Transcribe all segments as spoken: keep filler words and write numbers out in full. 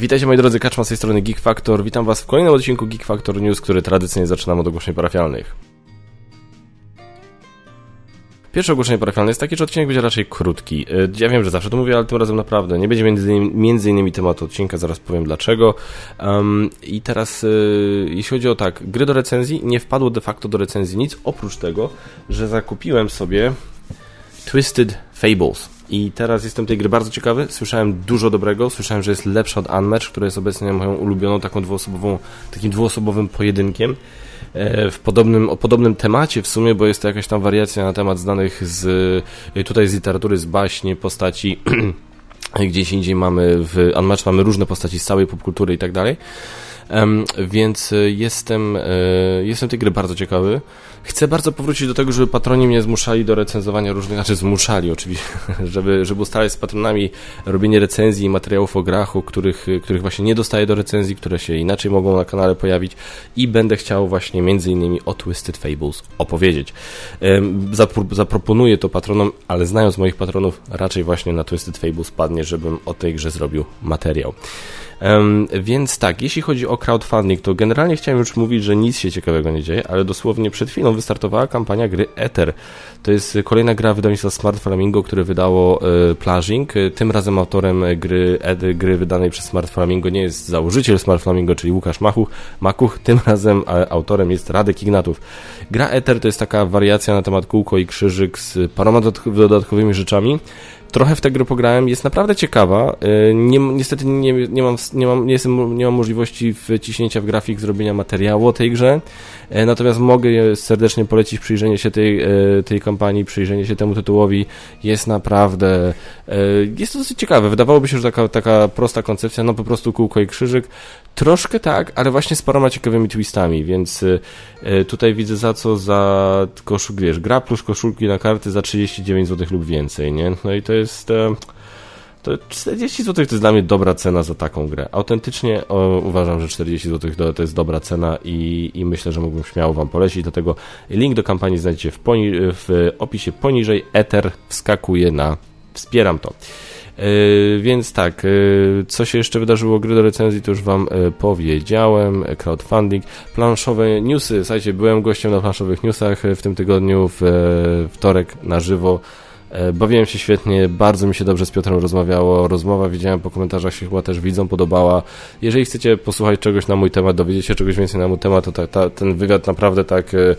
Witajcie moi drodzy, Kaczma z tej strony Geek Factor. Witam was w kolejnym odcinku Geek Factor News, który tradycyjnie zaczynam od ogłoszeń parafialnych. Pierwsze ogłoszenie parafialne jest takie, że odcinek będzie raczej krótki. Ja wiem, że zawsze to mówię, ale tym razem naprawdę. Nie będzie między innymi, między innymi tematu odcinka, zaraz powiem dlaczego. Um, I teraz, yy, jeśli chodzi o tak, gry do recenzji, nie wpadło de facto do recenzji nic, oprócz tego, że zakupiłem sobie Twisted Fables. I teraz jestem tej gry bardzo ciekawy, słyszałem dużo dobrego, słyszałem, że jest lepsza od Unmatched, która jest obecnie moją ulubioną taką dwuosobową, takim dwuosobowym pojedynkiem w podobnym, o podobnym temacie w sumie, bo jest to jakaś tam wariacja na temat znanych z, tutaj z literatury, z baśni, postaci, gdzieś indziej mamy, w Unmatched mamy różne postaci z całej popkultury i tak dalej. Um, więc jestem, e, jestem tej gry bardzo ciekawy. Chcę bardzo powrócić do tego, żeby patroni mnie zmuszali do recenzowania różnych, znaczy zmuszali oczywiście, żeby, żeby ustalać z patronami robienie recenzji i materiałów o grach, o których, których właśnie nie dostaję do recenzji, które się inaczej mogą na kanale pojawić i będę chciał właśnie między innymi o Twisted Fables opowiedzieć. Um, zapro, zaproponuję to patronom, ale znając moich patronów, raczej właśnie na Twisted Fables padnie, żebym o tej grze zrobił materiał. Um, więc tak, jeśli chodzi o crowdfunding, to generalnie chciałem już mówić, że nic się ciekawego nie dzieje, ale dosłownie przed chwilą wystartowała kampania gry Ether. To jest kolejna gra wydawnictwa Smart Flamingo, które wydało e, Plaging. Tym razem autorem gry, e, gry wydanej przez Smart Flamingo nie jest założyciel Smart Flamingo, czyli Łukasz Machuch, Makuch. Tym razem e, autorem jest Radek Ignatów. Gra Ether to jest taka wariacja na temat kółko i krzyżyk z paroma dodatkowymi rzeczami. Trochę w tę grę pograłem, jest naprawdę ciekawa. Nie, niestety nie, nie, mam, nie, mam, nie, jestem, nie mam możliwości wciśnięcia w grafik, zrobienia materiału o tej grze, natomiast mogę serdecznie polecić przyjrzenie się tej, tej kampanii, przyjrzenie się temu tytułowi. Jest naprawdę, jest to dosyć ciekawe. Wydawałoby się, że taka, taka prosta koncepcja, no po prostu kółko i krzyżyk. Troszkę tak, ale właśnie z paroma ciekawymi twistami, więc tutaj widzę za co, za koszulki, wiesz, gra plus koszulki na karty za trzydzieści dziewięć złotych lub więcej, nie? No i to jest, to czterdzieści złotych to jest dla mnie dobra cena za taką grę. Autentycznie o, uważam, że czterdzieści złotych to, to jest dobra cena i, i myślę, że mógłbym śmiało wam polecić, dlatego link do kampanii znajdziecie w, poni- w opisie poniżej. Ether wskakuje na wspieram to. Yy, więc tak, yy, co się jeszcze wydarzyło, gry do recenzji, to już wam yy, powiedziałem, crowdfunding, planszowe newsy, słuchajcie, byłem gościem na planszowych newsach w tym tygodniu, w yy, wtorek na żywo, yy, bawiłem się świetnie, bardzo mi się dobrze z Piotrem rozmawiało, rozmowa, widziałem po komentarzach, się chyba też widzom podobała. Jeżeli chcecie posłuchać czegoś na mój temat, dowiedzieć się czegoś więcej na mój temat, to ta, ta, ten wywiad naprawdę tak... Yy,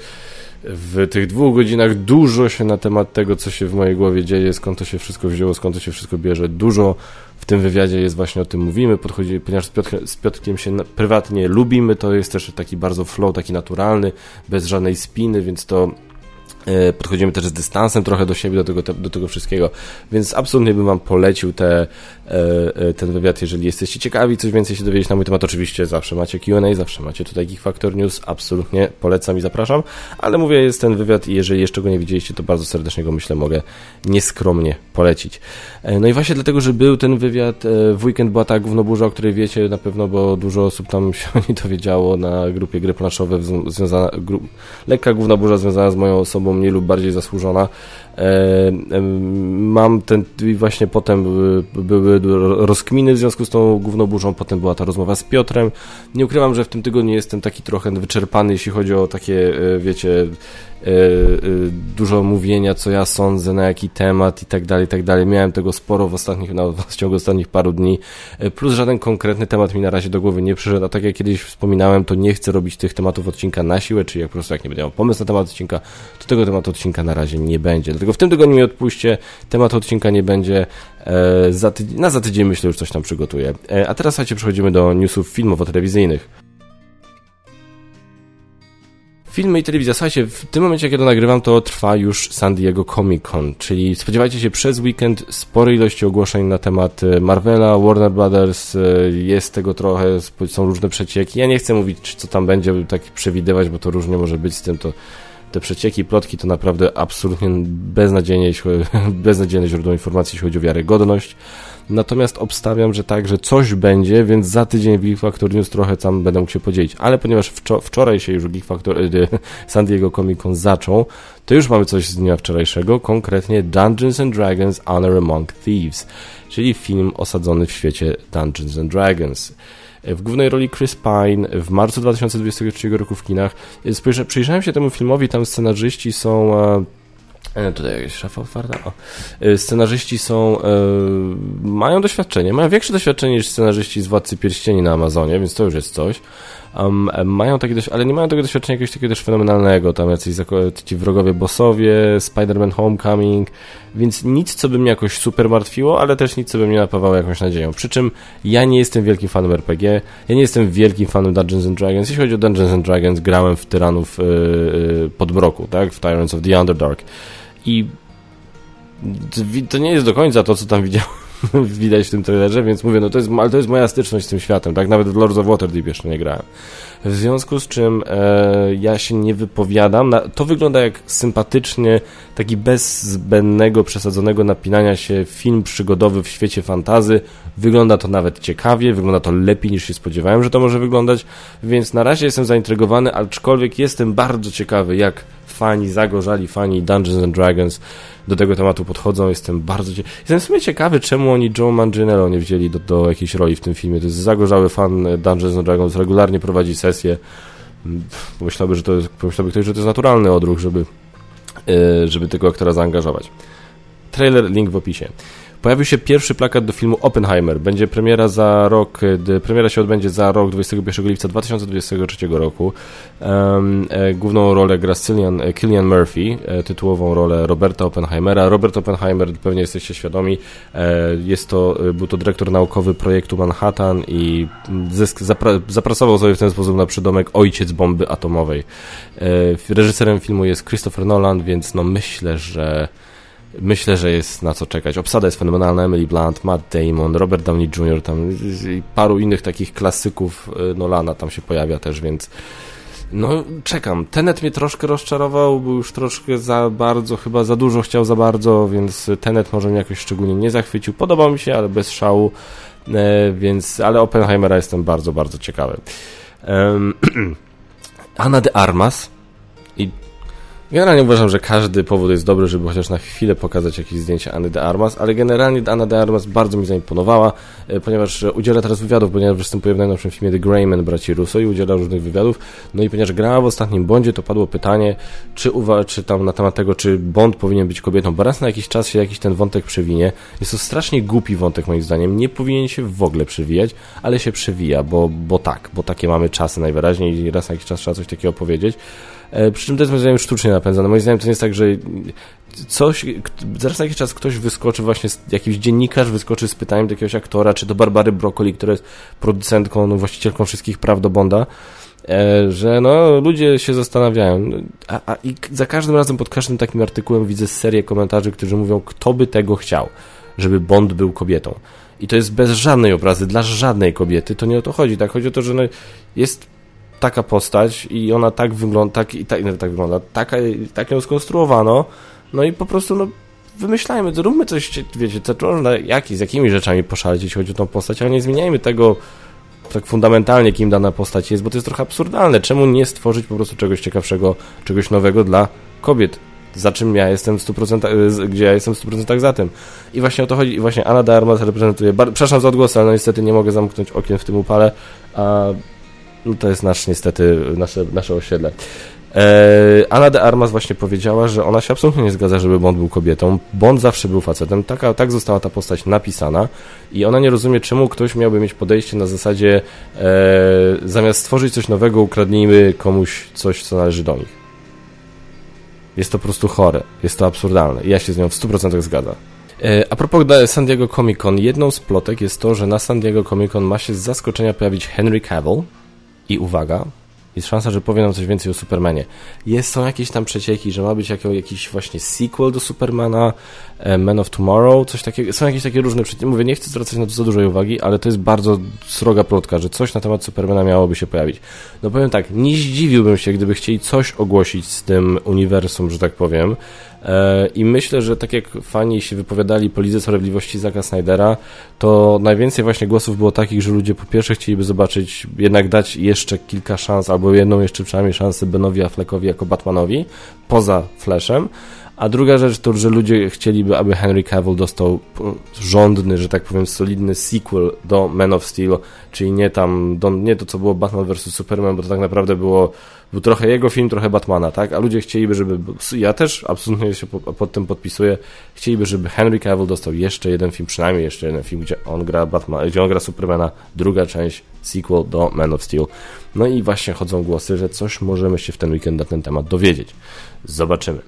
w tych dwóch godzinach dużo się na temat tego, co się w mojej głowie dzieje, skąd to się wszystko wzięło, skąd to się wszystko bierze, dużo w tym wywiadzie jest, właśnie o tym mówimy, podchodzi, ponieważ z, Piotr, z Piotrkiem się na, prywatnie lubimy, to jest też taki bardzo flow, taki naturalny, bez żadnej spiny, więc to e, podchodzimy też z dystansem trochę do siebie, do tego, te, do tego wszystkiego, więc absolutnie bym wam polecił te, e, ten wywiad, jeżeli jesteście ciekawi, coś więcej się dowiedzieć na mój temat, oczywiście zawsze macie Q and A, zawsze macie tutaj Geek Factor News, absolutnie polecam i zapraszam, ale mówię, jest ten wywiad i jeżeli jeszcze go nie widzieliście, to bardzo serdecznie go, myślę, mogę nieskromnie polecić. E, no i właśnie dlatego, że był ten wywiad, e, w weekend była ta gównoburza, o której wiecie na pewno, bo dużo osób tam się o niej dowiedziało na grupie Gry Planszowe, związana, gru, lekka gównoburza związana z moją osobą, mniej lub bardziej zasłużona. Mam ten, właśnie potem były rozkminy w związku z tą gównoburzą, potem była ta rozmowa z Piotrem. Nie ukrywam, że w tym tygodniu jestem taki trochę wyczerpany, jeśli chodzi o takie, wiecie, dużo mówienia, co ja sądzę, na jaki temat i tak dalej, i tak dalej. Miałem tego sporo w ostatnich, no, w ciągu ostatnich paru dni, plus żaden konkretny temat mi na razie do głowy nie przyszedł, a tak jak kiedyś wspominałem, to nie chcę robić tych tematów odcinka na siłę, czyli jak po prostu jak nie będę miał pomysł na temat odcinka, to tego tematu odcinka na razie nie będzie. Dlatego w tym tygodniu mi odpuśćcie, temat odcinka nie będzie, e, za tydzień, na za tydzień myślę już coś tam przygotuję. E, a teraz słuchajcie, przechodzimy do newsów filmowo-telewizyjnych. Filmy i telewizja. Słuchajcie, w tym momencie, kiedy nagrywam, to trwa już San Diego Comic Con, czyli spodziewajcie się przez weekend sporej ilości ogłoszeń na temat Marvela, Warner Brothers, jest tego trochę, są różne przecieki. Ja nie chcę mówić, co tam będzie, tak przewidywać, bo to różnie może być z tym, to te przecieki, plotki to naprawdę absolutnie beznadziejnie, beznadziejne źródło informacji, jeśli chodzi o wiarygodność. Natomiast obstawiam, że tak, że coś będzie, więc za tydzień w Geek Factor News trochę tam będę mógł się podzielić. Ale ponieważ wczo- wczoraj się już Geek Factor, e, San Diego Comic Con zaczął, to już mamy coś z dnia wczorajszego, konkretnie Dungeons and Dragons Honor Among Thieves, czyli film osadzony w świecie Dungeons and Dragons. W głównej roli Chris Pine w marcu dwa tysiące dwudziestego trzeciego roku w kinach. Spojrzę, przyjrzałem się temu filmowi, tam scenarzyści są... E, tutaj jakaś szafa otwarta. O. E, scenarzyści są... E, mają doświadczenie, mają większe doświadczenie niż scenarzyści z Władcy Pierścieni na Amazonie, więc to już jest coś. Um, mają takie doświadczenie, ale nie mają tego doświadczenia jakiegoś takiego też fenomenalnego, tam jacyś ci wrogowie bossowie, Spider-Man Homecoming, więc nic, co by mnie jakoś super martwiło, ale też nic, co by mnie napawało jakąś nadzieją. Przy czym ja nie jestem wielkim fanem er pe gie, ja nie jestem wielkim fanem Dungeons and Dragons. Jeśli chodzi o Dungeons and Dragons, grałem w Tyranów yy, Podmroku, tak, w Tyrants of the Underdark i to nie jest do końca to, co tam widziałem. Widać w tym trailerze, więc mówię, no to jest, ale to jest moja styczność z tym światem, tak? Nawet w Lords of Waterdeep jeszcze nie grałem. W związku z czym e, ja się nie wypowiadam. Na, to wygląda jak sympatycznie, taki bez zbędnego, przesadzonego napinania się film przygodowy w świecie fantasy. Wygląda to nawet ciekawie, wygląda to lepiej niż się spodziewałem, że to może wyglądać, więc na razie jestem zaintrygowany, aczkolwiek jestem bardzo ciekawy, jak fani, zagorzali fani Dungeons and Dragons do tego tematu podchodzą. Jestem bardzo ciekawy. Jestem w sumie ciekawy, czemu oni Joe Manganiello nie wzięli do, do jakiejś roli w tym filmie. To jest zagorzały fan Dungeons and Dragons, regularnie prowadzi sesję. Pomyślałby, że to jest, pomyślałby ktoś, że to jest naturalny odruch, żeby, żeby tego aktora zaangażować. Trailer, link w opisie. Pojawił się pierwszy plakat do filmu Oppenheimer. Będzie premiera za rok, premiera się odbędzie za rok dwudziestego pierwszego lipca dwa tysiące dwudziestego trzeciego roku. Um, e, główną rolę gra Cillian, e, Cillian Murphy, e, tytułową rolę Roberta Oppenheimera. Robert Oppenheimer, pewnie jesteście świadomi, e, jest to, był to dyrektor naukowy projektu Manhattan i zysk, zapra, zapracował sobie w ten sposób na przydomek ojciec bomby atomowej. E, reżyserem filmu jest Christopher Nolan, więc no myślę, że Myślę, że jest na co czekać. Obsada jest fenomenalna. Emily Blunt, Matt Damon, Robert Downey junior tam i paru innych takich klasyków Nolana tam się pojawia też, więc no czekam. Tenet mnie troszkę rozczarował, był już troszkę za bardzo, chyba za dużo chciał za bardzo, więc Tenet może mnie jakoś szczególnie nie zachwycił. Podobał mi się, ale bez szału, e, więc, ale Oppenheimera jestem bardzo, bardzo ciekawy. Um, Ana de Armas i generalnie uważam, że każdy powód jest dobry, żeby chociaż na chwilę pokazać jakieś zdjęcia Anny de Armas, ale generalnie Anna de Armas bardzo mi zaimponowała, ponieważ udziela teraz wywiadów, ponieważ występuje w najnowszym filmie The Greyman braci Russo i udziela różnych wywiadów, no i ponieważ grała w ostatnim Bondzie, to padło pytanie, czy, uwa- czy tam na temat tego, czy Bond powinien być kobietą, bo raz na jakiś czas się jakiś ten wątek przewinie. Jest to strasznie głupi wątek moim zdaniem, nie powinien się w ogóle przewijać, ale się przewija, bo, bo tak, bo takie mamy czasy najwyraźniej i raz na jakiś czas trzeba coś takiego powiedzieć. Przy czym to jest moim zdaniem sztucznie napędzane. Moim zdaniem to nie jest tak, że coś, zaraz na jakiś czas ktoś wyskoczy, właśnie jakiś dziennikarz wyskoczy z pytaniem do jakiegoś aktora, czy do Barbary Broccoli, która jest producentką, no, właścicielką wszystkich praw do Bonda, że no ludzie się zastanawiają. A, a i za każdym razem, pod każdym takim artykułem widzę serię komentarzy, którzy mówią, kto by tego chciał, żeby Bond był kobietą. I to jest bez żadnej obrazy, dla żadnej kobiety, to nie o to chodzi. Tak, chodzi o to, że no, jest taka postać i ona tak wygląda, tak, i tak, tak wygląda, taka, tak ją skonstruowano, no i po prostu no, wymyślajmy, róbmy coś, wiecie, co można, jak, z jakimi rzeczami poszaleć, jeśli chodzi o tą postać, ale nie zmieniajmy tego tak fundamentalnie, kim dana postać jest, bo to jest trochę absurdalne. Czemu nie stworzyć po prostu czegoś ciekawszego, czegoś nowego dla kobiet? Za czym ja jestem w stu procentach, gdzie ja jestem w stu procentach za tym. I właśnie o to chodzi. I właśnie Anna de Armas reprezentuje, bar- przepraszam za odgłos, ale no niestety nie mogę zamknąć okien w tym upale, a no to jest nasz, niestety, nasze, nasze osiedle. Eee, Anna de Armas właśnie powiedziała, że ona się absolutnie nie zgadza, żeby Bond był kobietą. Bond zawsze był facetem. Taka, tak została ta postać napisana i ona nie rozumie, czemu ktoś miałby mieć podejście na zasadzie eee, zamiast stworzyć coś nowego, ukradnijmy komuś coś, co należy do nich. Jest to po prostu chore. Jest to absurdalne. I ja się z nią w stu procentach zgadzam. A propos San Diego Comic Con, jedną z plotek jest to, że na San Diego Comic Con ma się z zaskoczenia pojawić Henry Cavill i uwaga, jest szansa, że powie nam coś więcej o Supermanie. Jest, są jakieś tam przecieki, że ma być jako, jakiś właśnie sequel do Supermana, Man of Tomorrow, coś takiego, są jakieś takie różne przecieki. Mówię, nie chcę zwracać na to za dużej uwagi, ale to jest bardzo sroga plotka, że coś na temat Supermana miałoby się pojawić. No powiem tak, nie zdziwiłbym się, gdyby chcieli coś ogłosić z tym uniwersum, że tak powiem. I myślę, że tak jak fani się wypowiadali po Lidze Sprawiedliwości Zacka Snydera, to najwięcej właśnie głosów było takich, że ludzie po pierwsze chcieliby zobaczyć, jednak dać jeszcze kilka szans, albo jedną jeszcze przynajmniej szansę Benowi Affleckowi jako Batmanowi, poza Flashem. A druga rzecz to, że ludzie chcieliby, aby Henry Cavill dostał rządny, że tak powiem, solidny sequel do Man of Steel, czyli nie tam, do, nie to, co było Batman versus Superman, bo to tak naprawdę było, był trochę jego film, trochę Batmana, tak? A ludzie chcieliby, żeby, ja też absolutnie się pod, pod tym podpisuję, chcieliby, żeby Henry Cavill dostał jeszcze jeden film, przynajmniej jeszcze jeden film, gdzie on gra Batman, gdzie on gra Supermana, druga część, sequel do Man of Steel. No i właśnie chodzą głosy, że coś możemy się w ten weekend na ten temat dowiedzieć. Zobaczymy.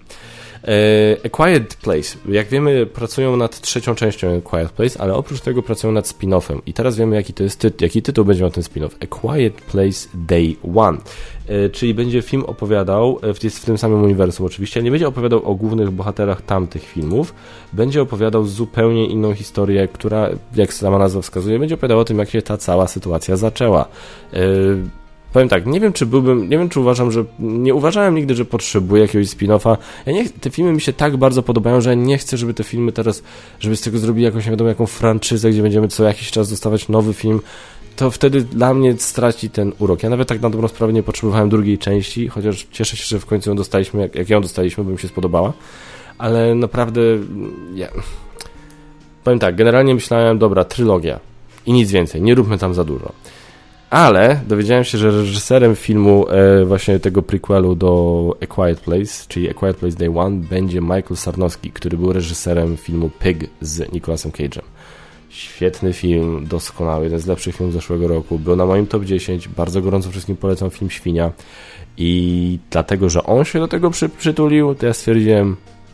A Quiet Place. Jak wiemy, pracują nad trzecią częścią A Quiet Place, ale oprócz tego pracują nad spin-offem. I teraz wiemy, jaki to jest tytuł, jaki tytuł będzie miał ten spin-off. A Quiet Place Day One. Czyli będzie film opowiadał, jest w tym samym uniwersum oczywiście, nie będzie opowiadał o głównych bohaterach tamtych filmów, będzie opowiadał zupełnie inną historię, która, jak sama nazwa wskazuje, będzie opowiadała o tym, jak się ta cała sytuacja zaczęła. Powiem tak, nie wiem, czy byłbym, nie wiem, czy uważam, że, nie uważałem nigdy, że potrzebuję jakiegoś spin-offa. Ja nie, te filmy mi się tak bardzo podobają, że ja nie chcę, żeby te filmy teraz, żeby z tego zrobili jakąś, nie wiadomo, jaką franczyzę, gdzie będziemy co jakiś czas dostawać nowy film. To wtedy dla mnie straci ten urok. Ja nawet tak na dobrą sprawę nie potrzebowałem drugiej części, chociaż cieszę się, że w końcu ją dostaliśmy, jak, jak ją dostaliśmy, bo mi się spodobała. Ale naprawdę, ja... powiem tak, generalnie myślałem, dobra, trylogia i nic więcej, nie róbmy tam za dużo. Ale dowiedziałem się, że reżyserem filmu e, właśnie tego prequelu do A Quiet Place, czyli A Quiet Place Day One, będzie Michael Sarnowski, który był reżyserem filmu Pig z Nicolasem Cage'em. Świetny film, doskonały, jeden z lepszych filmów zeszłego roku. Był na moim top dziesięć, bardzo gorąco wszystkim polecam film Świnia. I dlatego, że on się do tego przy, przytulił, to ja stwierdziłem,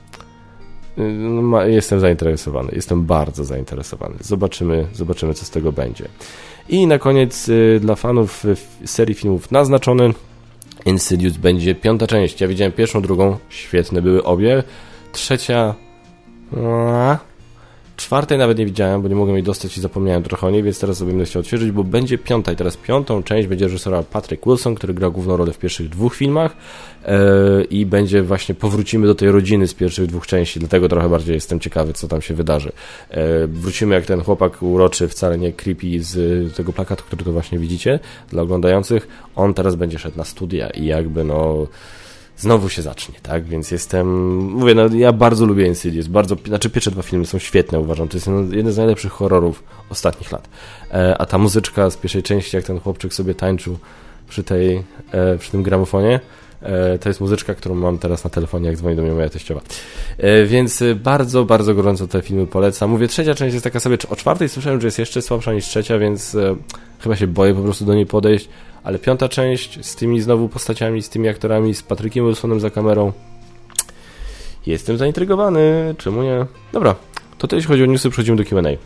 no, jestem zainteresowany, jestem bardzo zainteresowany. Zobaczymy, zobaczymy, co z tego będzie. I na koniec y, dla fanów y, serii filmów naznaczony Insidious będzie piąta część. Ja widziałem pierwszą, drugą, świetne były obie. Trzecia... A, czwartej nawet nie widziałem, bo nie mogłem jej dostać i zapomniałem trochę o niej, więc teraz sobie będę chciał odświeżyć, bo będzie piąta i teraz piątą część będzie reżyserował Patrick Wilson, który grał główną rolę w pierwszych dwóch filmach yy, i będzie właśnie, powrócimy do tej rodziny z pierwszych dwóch części, dlatego trochę bardziej jestem ciekawy, co tam się wydarzy. Yy, wrócimy jak ten chłopak uroczy, wcale nie creepy z tego plakatu, który tu właśnie widzicie, dla oglądających, on teraz będzie szedł na studia i jakby no... znowu się zacznie, tak? Więc jestem... Mówię, no ja bardzo lubię Insidious, bardzo... Znaczy pierwsze dwa filmy są świetne, uważam. To jest jeden z najlepszych horrorów ostatnich lat. E, a ta muzyczka z pierwszej części, jak ten chłopczyk sobie tańczył przy tej... E, przy tym gramofonie, e, to jest muzyczka, którą mam teraz na telefonie, jak dzwoni do mnie moja teściowa. E, więc bardzo, bardzo gorąco te filmy polecam. Mówię, trzecia część jest taka sobie... O czwartej słyszałem, że jest jeszcze słabsza niż trzecia, więc e, chyba się boję po prostu do niej podejść. Ale piąta część z tymi znowu postaciami, z tymi aktorami, z Patrickiem Wilsonem za kamerą. Jestem zaintrygowany, czemu nie? Dobra, to to jeśli chodzi o newsy, przechodzimy do Q and A.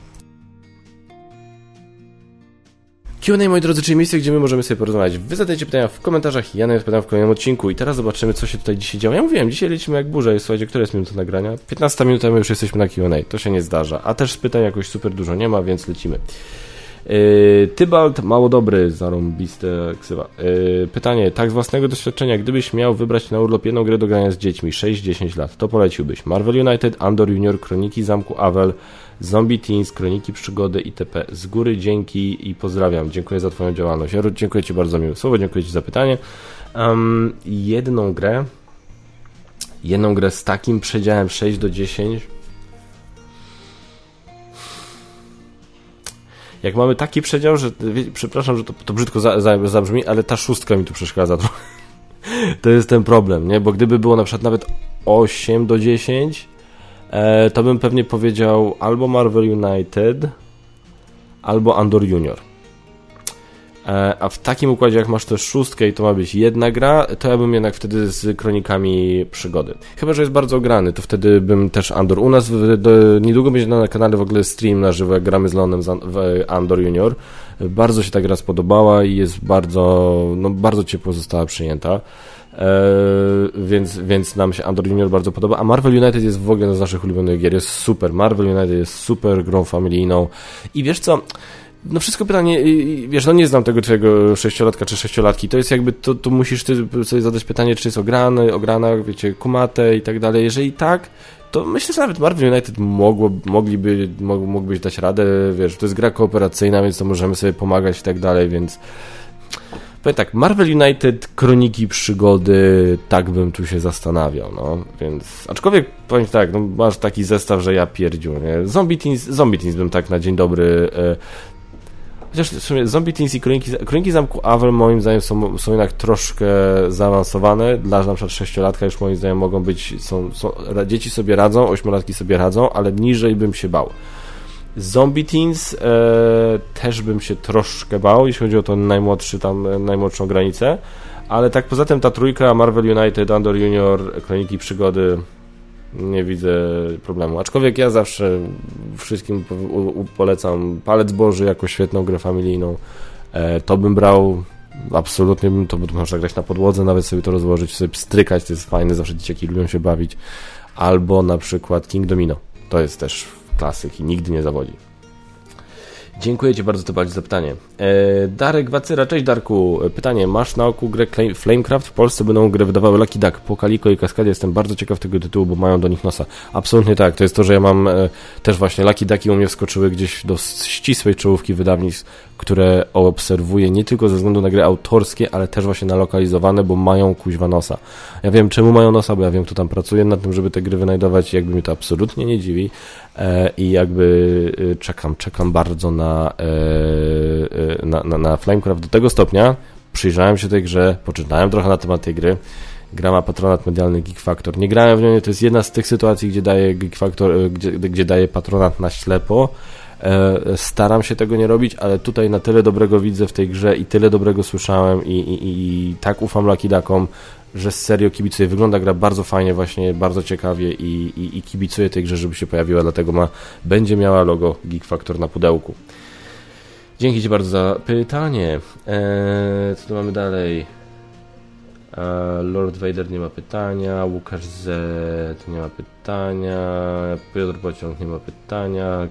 Q and A, moi drodzy, czyli miejsce, gdzie my możemy sobie porozmawiać. Wy zadajcie pytania w komentarzach, ja na nie odpowiadam w kolejnym odcinku i teraz zobaczymy, co się tutaj dzisiaj działo. Ja mówiłem, dzisiaj lecimy jak burza. Słuchajcie, która jest minuta nagrania? piętnaста minut, a my już jesteśmy na Q and A. To się nie zdarza. A też pytań jakoś super dużo nie ma, więc lecimy. Yy, Tybalt, mało dobry, zarąbiste ksywa. Yy, pytanie, tak z własnego doświadczenia, gdybyś miał wybrać na urlop jedną grę do grania z dziećmi sześć dziesięć lat, to poleciłbyś Marvel United, Andor Junior, Kroniki Zamku Avel, Zombie Teens, Kroniki Przygody itp. Z góry dzięki i pozdrawiam. Dziękuję za twoją działalność. Ja dziękuję ci bardzo za miłe słowo, dziękuję ci za pytanie. Um, jedną grę jedną grę z takim przedziałem sześć do dziesięciu. Jak mamy taki przedział, że przepraszam, że to, to brzydko za, za, zabrzmi, ale ta szóstka mi tu przeszkadza trochę. To jest ten problem, nie? Bo gdyby było na przykład nawet osiem do dziesięciu, e, to bym pewnie powiedział albo Marvel United, albo Andor Junior. A w takim układzie, jak masz tę szóstkę i to ma być jedna gra, to ja bym jednak wtedy z Kronikami Przygody. Chyba że jest bardzo ograny, to wtedy bym też Andor. U nas w, do, niedługo będzie na kanale w ogóle stream na żywo, jak gramy z Leonem w Andor Junior. Bardzo się ta gra spodobała i jest bardzo, no bardzo ciepło została przyjęta. Eee, więc, więc nam się Andor Junior bardzo podoba, a Marvel United jest w ogóle z naszych ulubionych gier, jest super. Marvel United jest super grą familijną i wiesz co, no wszystko pytanie, wiesz, no nie znam tego twojego sześciolatka czy sześciolatki, to jest jakby, to, to musisz ty sobie zadać pytanie, czy jest ograne, ograna, wiecie, kumate i tak dalej. Jeżeli tak, to myślę, że nawet Marvel United mogło, mogliby, mógł, mógłbyś dać radę, wiesz, to jest gra kooperacyjna, więc to możemy sobie pomagać i tak dalej, więc powiem tak, Marvel United, Kroniki Przygody, tak bym tu się zastanawiał, no, więc, aczkolwiek powiem tak, no masz taki zestaw, że ja pierdziu, nie, Zombie Teens, Zombie Teens bym tak na dzień dobry, e, chociaż w sumie Zombie Teens i Kroniki, Kroniki Zamku Avel moim zdaniem są, są jednak troszkę zaawansowane, dla na przykład sześciolatka już moim zdaniem mogą być, są, są, dzieci sobie radzą, ośmiolatki sobie radzą, ale niżej bym się bał. Zombie Teens e, też bym się troszkę bał, jeśli chodzi o to najmłodszy tam, najmłodszą granicę, ale tak poza tym ta trójka, Marvel United, Andor Junior, Kroniki Przygody, nie widzę problemu. Aczkolwiek ja zawsze wszystkim po, u, polecam Palec Boży jako świetną grę familijną. E, to bym brał, absolutnie bym to, bo to można grać na podłodze, nawet sobie to rozłożyć, sobie pstrykać, to jest fajne, zawsze dzieciaki lubią się bawić. Albo na przykład King Domino, to jest też klasyk i nigdy nie zawodzi. Dziękuję Ci bardzo, to bardzo za pytanie. E, Darek Wacyra, cześć Darku. Pytanie, masz na oku grę Flamecraft? W Polsce będą grę wydawały Lucky Duck, po Kaliko i Kaskadzie. Jestem bardzo ciekaw tego tytułu, bo mają do nich nosa. Absolutnie tak, to jest to, że ja mam e, też właśnie Lucky Ducki u mnie wskoczyły gdzieś do ścisłej czołówki wydawnictw, które obserwuję nie tylko ze względu na gry autorskie, ale też właśnie na lokalizowane, bo mają kuźwa nosa. Ja wiem, czemu mają nosa, bo ja wiem, kto tam pracuje nad tym, żeby te gry wynajdować i jakby mnie to absolutnie nie dziwi e, i jakby e, czekam, czekam bardzo na, e, na, na, na Flamecraft do tego stopnia. Przyjrzałem się tej grze, poczytałem trochę na temat tej gry. Gra ma patronat medialny Geek Factor. Nie grałem w nią, to jest jedna z tych sytuacji, gdzie daje Geek Factor, gdzie, gdzie daje patronat na ślepo. Staram się tego nie robić, ale tutaj na tyle dobrego widzę w tej grze i tyle dobrego słyszałem i, i, i tak ufam Lucky Duckom, że serio kibicuję. Wygląda gra bardzo fajnie, właśnie bardzo ciekawie i, i, i kibicuję tej grze, żeby się pojawiła, dlatego ma, będzie miała logo Geek Factor na pudełku. Dzięki Ci bardzo za pytanie. Eee, co tu mamy dalej? Eee, Lord Vader nie ma pytania, Łukasz Z nie ma pytania, Piotr Pociąg nie ma pytania,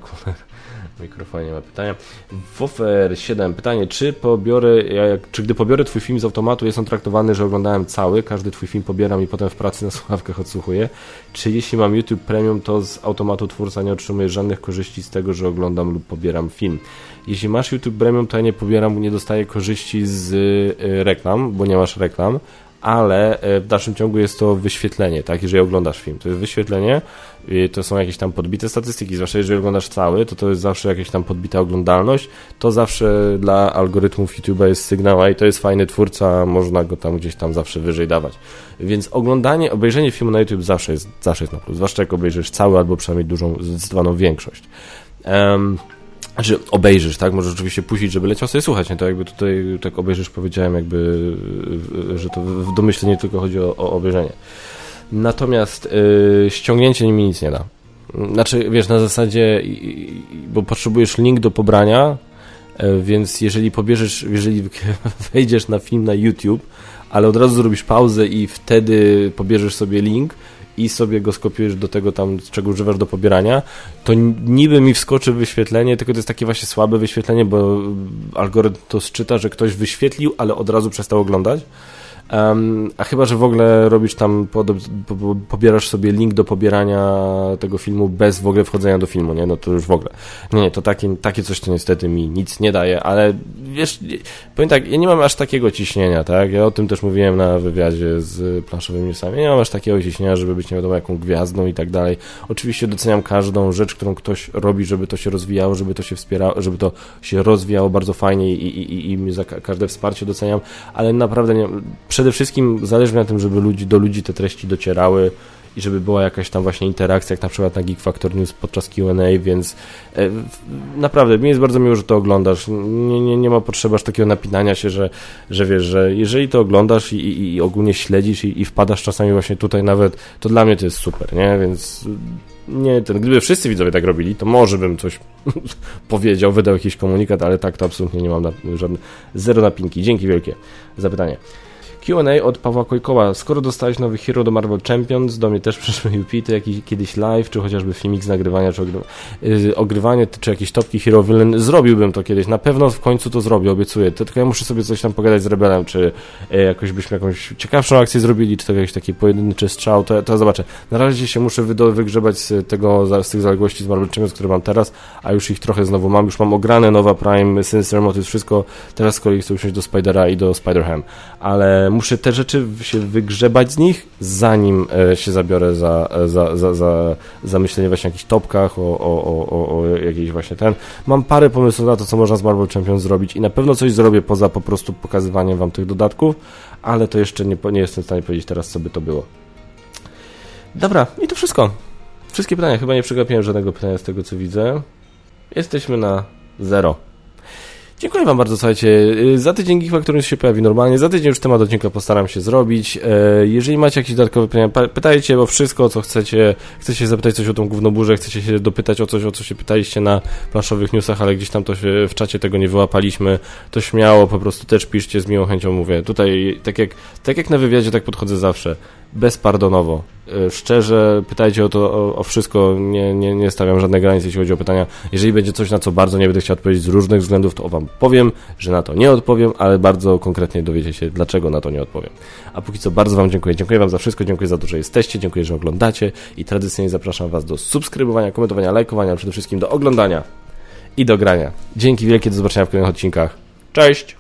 w mikrofonie nie ma pytania. Wofer siedem, pytanie, czy pobiorę, jak, czy gdy pobiorę Twój film z automatu, jest on traktowany, że oglądałem cały, każdy Twój film pobieram i potem w pracy na słuchawkach odsłuchuję? Czy jeśli mam YouTube Premium, to z automatu twórca nie otrzymuje żadnych korzyści z tego, że oglądam lub pobieram film? Jeśli masz YouTube Premium, to ja nie pobieram, nie dostaję korzyści z y, reklam, bo nie masz reklam, ale w dalszym ciągu jest to wyświetlenie, tak, jeżeli oglądasz film, to jest wyświetlenie, to są jakieś tam podbite statystyki, zwłaszcza jeżeli oglądasz cały, to to jest zawsze jakaś tam podbita oglądalność, to zawsze dla algorytmów YouTube'a jest sygnał, a i to jest fajny twórca, można go tam gdzieś tam zawsze wyżej dawać, więc oglądanie, obejrzenie filmu na YouTube zawsze jest, zawsze jest na plus, zwłaszcza jak obejrzysz cały albo przynajmniej dużą, zdecydowaną większość. Um, Znaczy obejrzysz, tak? Możesz oczywiście puścić, żeby leciał sobie słuchać, nie? To jakby tutaj tak obejrzysz, powiedziałem jakby, że to w domyśle nie tylko chodzi o, o obejrzenie. Natomiast yy, ściągnięcie mi nic nie da. Znaczy, wiesz, na zasadzie, bo potrzebujesz link do pobrania, yy, więc jeżeli pobierzesz, jeżeli wejdziesz na film na YouTube, ale od razu zrobisz pauzę i wtedy pobierzesz sobie link, i sobie go skopiujesz do tego tam, czego używasz do pobierania, to niby mi wskoczy wyświetlenie, tylko to jest takie właśnie słabe wyświetlenie, bo algorytm to sczyta, że ktoś wyświetlił, ale od razu przestał oglądać. Um, a chyba, że w ogóle robisz tam, pod, po, po, pobierasz sobie link do pobierania tego filmu bez w ogóle wchodzenia do filmu, nie? No to już w ogóle. Nie, nie, to takie, takie coś to niestety mi nic nie daje, ale wiesz, powiem tak, ja nie mam aż takiego ciśnienia, tak? Ja o tym też mówiłem na wywiadzie z planszowymi newsami. Ja nie mam aż takiego ciśnienia, żeby być nie wiadomo jaką gwiazdą i tak dalej. Oczywiście doceniam każdą rzecz, którą ktoś robi, żeby to się rozwijało, żeby to się wspierało, żeby to się rozwijało bardzo fajnie i, i, i, i za każde wsparcie doceniam, ale naprawdę nie, przede wszystkim zależy mi na tym, żeby ludzi, do ludzi te treści docierały i żeby była jakaś tam właśnie interakcja, jak na przykład na Geek Factor News podczas Q and A, więc e, naprawdę mi jest bardzo miło, że to oglądasz. Nie, nie, nie ma potrzeby aż takiego napinania się, że, że wiesz, że jeżeli to oglądasz i, i, i ogólnie śledzisz i, i wpadasz czasami właśnie tutaj nawet, to dla mnie to jest super, nie? Więc nie, ten, gdyby wszyscy widzowie tak robili, to może bym coś powiedział, wydał jakiś komunikat, ale tak to absolutnie nie mam na, żadne, zero napinki. Dzięki wielkie za pytanie. Q and A od Pawła Kojkoła. Skoro dostałeś nowy hero do Marvel Champions, do mnie też przyszły U P, to jakiś kiedyś live, czy chociażby filmik z nagrywania, czy ogry... yy, ogrywanie, czy jakieś topki hero villain, zrobiłbym to kiedyś. Na pewno w końcu to zrobię, obiecuję. To, tylko ja muszę sobie coś tam pogadać z Rebelem, czy yy, jakoś byśmy jakąś ciekawszą akcję zrobili, czy to jakiś taki pojedynczy strzał, to, to zobaczę. Na razie się muszę wydo- wygrzebać z tego, z tych zaległości z Marvel Champions, które mam teraz, a już ich trochę znowu mam. Już mam ograne Nowa Prime, Sinister Motive, wszystko. Teraz z kolei chcę usiąść do Spidera i do Spider-Ham. Ale muszę te rzeczy się wygrzebać z nich, zanim e, się zabiorę za, za, za, za, za myślenie właśnie o jakichś topkach, o, o, o, o jakiejś właśnie ten. Mam parę pomysłów na to, co można z Marvel Champions zrobić i na pewno coś zrobię poza po prostu pokazywaniem wam tych dodatków, ale to jeszcze nie, nie jestem w stanie powiedzieć teraz, co by to było. Dobra, i to wszystko. Wszystkie pytania. Chyba nie przegapiłem żadnego pytania z tego, co widzę. Jesteśmy na zero. Dziękuję wam bardzo, słuchajcie, za tydzień Geek Factor się pojawi normalnie, za tydzień już temat odcinka postaram się zrobić. Jeżeli macie jakieś dodatkowe pytania, pytajcie o wszystko, co chcecie, chcecie zapytać coś o tą gównoburzę, chcecie się dopytać o coś, o co się pytaliście na planszowych newsach, ale gdzieś tam to się w czacie tego nie wyłapaliśmy, to śmiało, po prostu też piszcie, z miłą chęcią mówię. Tutaj, tak jak, tak jak na wywiadzie, tak podchodzę zawsze, bezpardonowo. Szczerze, pytajcie o to, o, o wszystko, nie, nie, nie stawiam żadnej granicy, jeśli chodzi o pytania. Jeżeli będzie coś, na co bardzo nie będę chciał odpowiedzieć z różnych względów, to wam powiem, że na to nie odpowiem, ale bardzo konkretnie dowiecie się, dlaczego na to nie odpowiem. A póki co bardzo wam dziękuję. Dziękuję wam za wszystko, dziękuję za to, że jesteście, dziękuję, że oglądacie i tradycyjnie zapraszam was do subskrybowania, komentowania, lajkowania, przede wszystkim do oglądania i do grania. Dzięki wielkie, do zobaczenia w kolejnych odcinkach. Cześć!